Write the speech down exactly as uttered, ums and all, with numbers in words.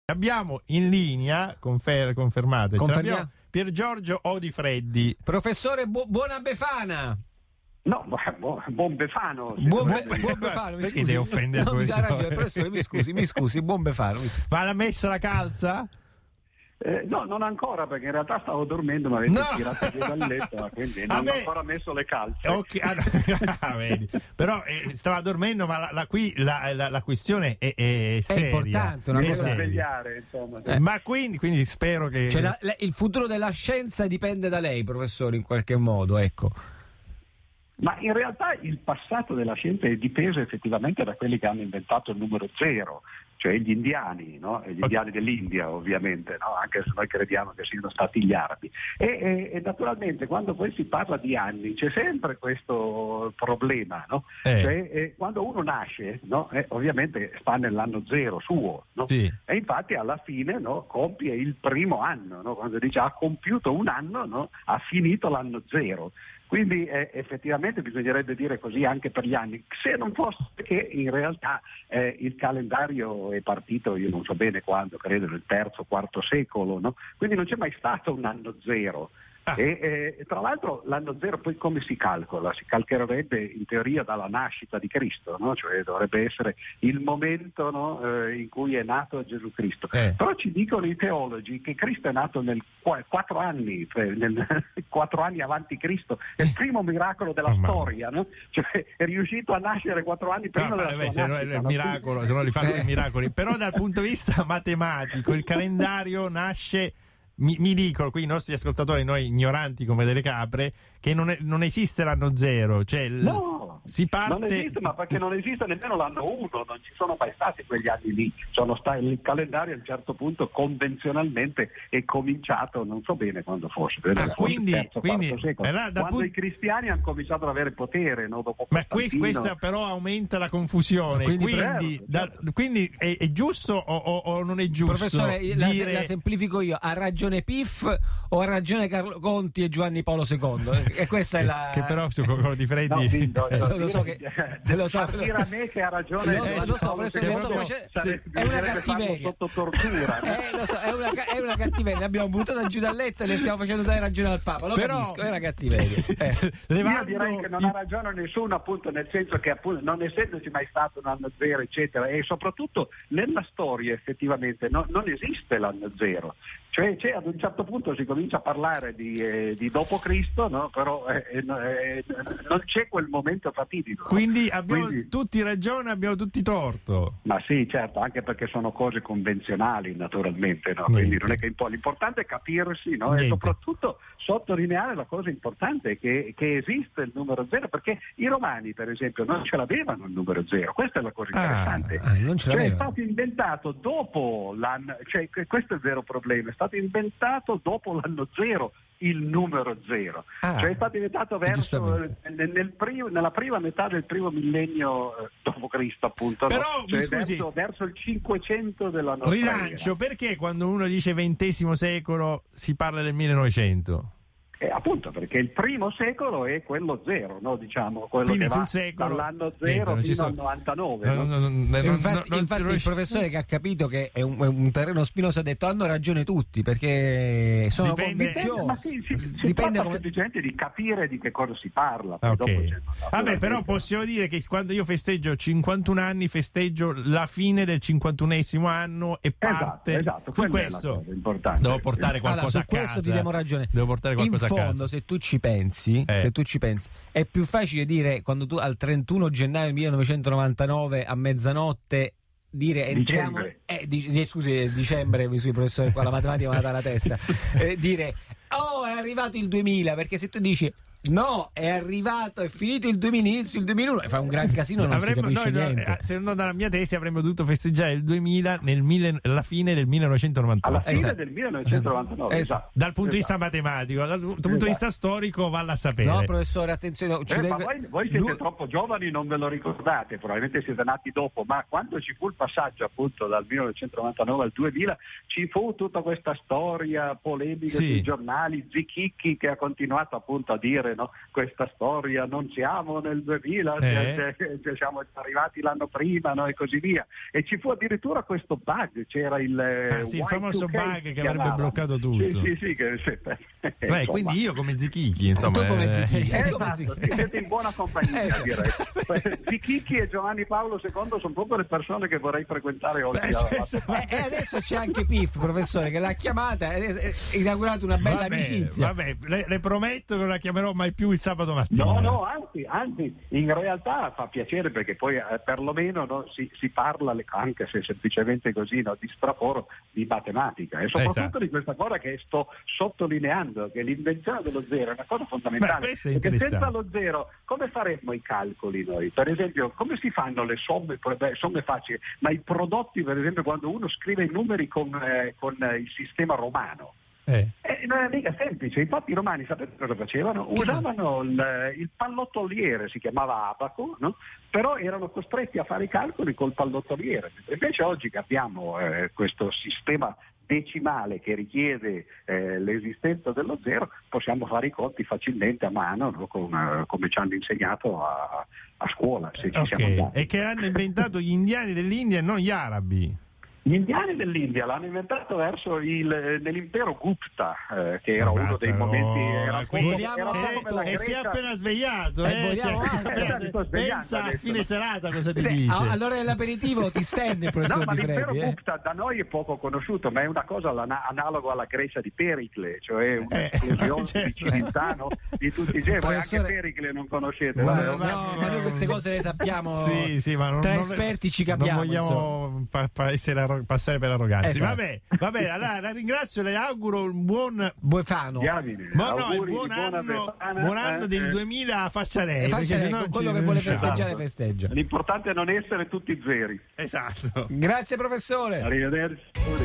Abbiamo in linea, confer- confermate, ce l'abbiamo, Pier Giorgio Odifreddi. Professore, bu- buona Befana. No, bu- buon Befano. Buon, be- buon Befano, mi Perché scusi. devi offendere il No, professore? ha ragione, professore, mi scusi, mi scusi, buon Befano. Mi scusi. Ma la messa la calza? Eh, no, non ancora, perché in realtà stavo dormendo, ma avete No! tirato giù dal letto, quindi non Vabbè. ho ancora messo le calze. Ok, ah, no, vedi. Però eh, stava dormendo, ma la, la, qui la, la, la questione è, è seria. importante, una è Mi cosa- devo seria. svegliare, insomma. Eh. Ma quindi, quindi spero che... Cioè, la- la- il futuro della scienza dipende da lei, professore, in qualche modo, ecco. Ma in realtà il passato della scienza è dipeso effettivamente da quelli che hanno inventato il numero zero, cioè gli indiani, no? E gli indiani dell'India ovviamente, no? Anche se noi crediamo che siano stati gli arabi. E, e, e naturalmente quando poi si parla di anni c'è sempre questo problema, no? Eh. Cioè, eh, quando uno nasce, no? eh, ovviamente sta nell'anno zero suo, no? Sì. E infatti alla fine, no, compie il primo anno, no? Quando dice ha compiuto un anno, no, ha finito l'anno zero. Quindi eh, effettivamente bisognerebbe dire così anche per gli anni, se non fosse che in realtà eh, il calendario è partito, io non so bene quando, credo nel terzo, quarto secolo, no? Quindi non c'è mai stato un anno zero. Ah. E, e tra l'altro l'anno zero poi come si calcola? Si calcolerebbe in teoria dalla nascita di Cristo, no? Cioè dovrebbe essere il momento, no, eh, in cui è nato Gesù Cristo. Eh. Però ci dicono i teologi che Cristo è nato nel qu- quattro anni, cioè nel quattro anni avanti Cristo, è il primo miracolo della Oh, mamma. storia, no? Cioè è riuscito a nascere quattro anni prima No, della vabbè, sua se no è nascita, il no? miracolo, se no li fanno Eh. i miracoli. Però dal punto di vista matematico il calendario nasce, mi, mi dicono qui i nostri ascoltatori, noi ignoranti come delle capre, che non, è- non esiste l'anno zero, cioè il- No, si parte... non esiste, ma perché non esiste nemmeno l'anno uno, non ci sono mai stati quegli anni lì. Sono sta- il calendario a un certo punto convenzionalmente è cominciato, non so bene quando fosse, credo Ah, che fosse il quindi- terzo, quindi- quarto secolo, eh, là, dal quando pun- i cristiani hanno cominciato ad avere potere, no? Dopo Ma que- Costantino. questa però aumenta la confusione, Quindi, quindi, certo, da- certo. quindi è, è giusto o, o- o non è giusto Professore, la, dire... la semplifico io, ha ragione Piff o ha ragione Carlo Conti e Giovanni Paolo secondo? E questa è la... Che però su quello di Freddi... No, sì, no, Eh, no, lo so dire- che- lo so. far dire a me che ha ragione Lo so, eh, lo so, Paolo professore, lo secondo, sto facendo- sarebbe- è una bisognerebbe farlo cattiveria. sotto tortura. Eh, lo so, è una, ca- è una cattiveria. Abbiamo buttato giù dal letto e le stiamo facendo dare ragione al Papa. Lo Però- capisco, è una cattiveria. Eh. Io Levando direi che non i- ha ragione nessuno, appunto, nel senso che appunto, non essendoci mai stato un anno zero, eccetera, e soprattutto nella storia effettivamente no- non esiste l'anno zero. Cioè, cioè ad un certo punto si comincia a parlare di, eh, di dopo Cristo, no? Però eh, eh, no, eh, non c'è quel momento fatidico. Quindi abbiamo Quindi- tutti ragione, abbiamo tutti torto. Ma sì, certo, anche perché sono cose convenzionali naturalmente, no? Niente. Quindi non è che impo- l'importante è capirsi, no? E Niente. soprattutto sottolineare la cosa importante che, che esiste il numero zero, perché i romani per esempio non ce l'avevano il numero zero, questa è la cosa Ah, interessante. ah, non ce Cioè, è l'avevano. stato inventato dopo l'anno, cioè que- questo è il vero problema, è stato inventato dopo l'anno zero il numero zero, Ah, cioè è stato inventato verso giustamente. eh, nel, nel primo- nella prima metà del primo millennio eh, dopo Cristo, appunto, no? Però, mi Cioè, scusi, verso, verso il cinquecento della nostra rilancio, era. perché quando uno dice ventesimo secolo si parla del millenovecento? Eh, appunto perché il primo secolo è quello zero, no? Diciamo quello Quindi che sul va secolo dall'anno niente, zero non ci fino sono- al novantanove, No, no? no, no, no, E non- infatti, non si infatti il riesce- professore che ha capito che è un, è un terreno spinoso ha detto hanno ragione tutti perché sono Dipende- convenzioni. Ma sì, sì, si Dipende tratta come... semplicemente di capire di che cosa si parla. Ah, poi dopo ok. c'è- Vabbè, però possiamo dire che quando io festeggio cinquantuno anni, festeggio la fine del cinquantunesimo anno e parte esatto, su quella è la questo. cosa importante. Devo portare Allora, qualcosa su a casa. questo ti diamo ragione. Devo portare qualcosa in a fondo, casa. se tu ci pensi, Eh. se tu ci pensi, è più facile dire quando tu al trentuno gennaio millenovecentonovantanove a mezzanotte dire entriamo Dicembre. eh, di, di- scusi dicembre mi sui professore qua la matematica mi ha dato la testa eh, dire oh è arrivato il duemila, perché se tu dici no è arrivato, è finito il duemila, inizio il duemilauno e fa un gran casino, non Avremmo- si capisce noi, no, niente. eh, secondo dalla mia tesi avremmo dovuto festeggiare il duemila nel mille, alla fine del millenovecentonovantuno. Alla fine Esatto. del millenovecentonovantanove, Esatto. esatto. Dal punto di vista Esatto. matematico, dal punto di Esatto. vista storico valla a sapere. No professore attenzione ci Eh, ma deve- voi, voi siete lui- troppo giovani, non ve lo ricordate, probabilmente siete nati dopo, ma quando ci fu il passaggio appunto dal millenovecentonovantanove al duemila ci fu tutta questa storia polemica Sì. sui giornali, Zichicchi che ha continuato appunto a dire ricordare, no? Questa storia, non siamo nel duemila, Eh. cioè, cioè, siamo arrivati l'anno prima, no? E così via. E ci fu addirittura questo bug, c'era il, Ah, sì, il Y due K famoso bug si che avrebbe chiamava. bloccato tutto. Sì, sì, sì, che, sì, Beh, insomma. quindi io come Zichichi, insomma. Tu come eh, Zichichi. Eh, Eh, come si- esatto, sì, siete in buona compagnia, Eh. direi. Zichichi e Giovanni Paolo secondo sono proprio le persone che vorrei frequentare oltre Beh, alla sì, sì, Eh, E adesso c'è anche Piff, professore, che l'ha chiamata e ha inaugurato una bella vabbè, amicizia. Vabbè, le, le prometto che non la chiamerò mai più il sabato mattina. No, no, anzi, anzi, in realtà fa piacere perché poi eh, perlomeno no, si, si parla, le- anche se semplicemente così, no, di straforo, di matematica e soprattutto Esatto. di questa cosa che sto sottolineando, che l'invenzione dello zero è una cosa fondamentale. Beh, questo è perché interessante. senza lo zero come faremmo i calcoli noi? Per esempio, come si fanno le somme? Beh, somme facili, ma i prodotti, per esempio, quando uno scrive i numeri con, eh, con eh, il sistema romano. Eh. Eh, non è mica semplice, infatti i romani sapete cosa facevano? Usavano il, il pallottoliere, si chiamava abaco, no? Però erano costretti a fare i calcoli col pallottoliere. Invece oggi che abbiamo eh, questo sistema decimale che richiede eh, l'esistenza dello zero, possiamo fare i conti facilmente a mano, no? Con, eh, come ci hanno insegnato a, a scuola, se ci siamo Ok, andati. e che hanno inventato gli indiani dell'India e non gli arabi. Gli indiani dell'India l'hanno inventato verso il, nell'impero Gupta, eh, che era uno dei Mazzarola, momenti. Era un po' quindi- come- era un po' eh, come la e si è Grecia. appena svegliato, Eh, eh, vogliamo cioè, si è anche. appena- Eh, mi sto svegliando pensa a adesso. fine serata cosa ti Sì, dice. a- all'ora dell'aperitivo ti stende il professor No, ma Di l'impero Freddi. Eh? Gupta da noi è poco conosciuto, ma è una cosa l'ana- analogo alla Grecia di Pericle, cioè Eh, un'esplosione certo. di civiltà, no? Di tutti i generi. Voi anche Professore- Pericle non conoscete. Guarda, vabbè, no, vabbè. ma noi queste cose le sappiamo. Sì, sì, ma non, tra non- esperti ci capiamo. Non vogliamo pa- pa- essere arro- passare per arroganti. Esatto. Vabbè, vabbè, allora la ringrazio, le auguro un buon. Buefano. Diamine, Ma no, il auguri buon di buona anno, Befana, buon anno eh, del eh. duemila a faccia lei. E perché faccia lei, sennò con quello ci che vuole riusciamo. festeggiare festeggia. L'importante è non essere tutti zeri. Esatto. Grazie professore. Arrivederci.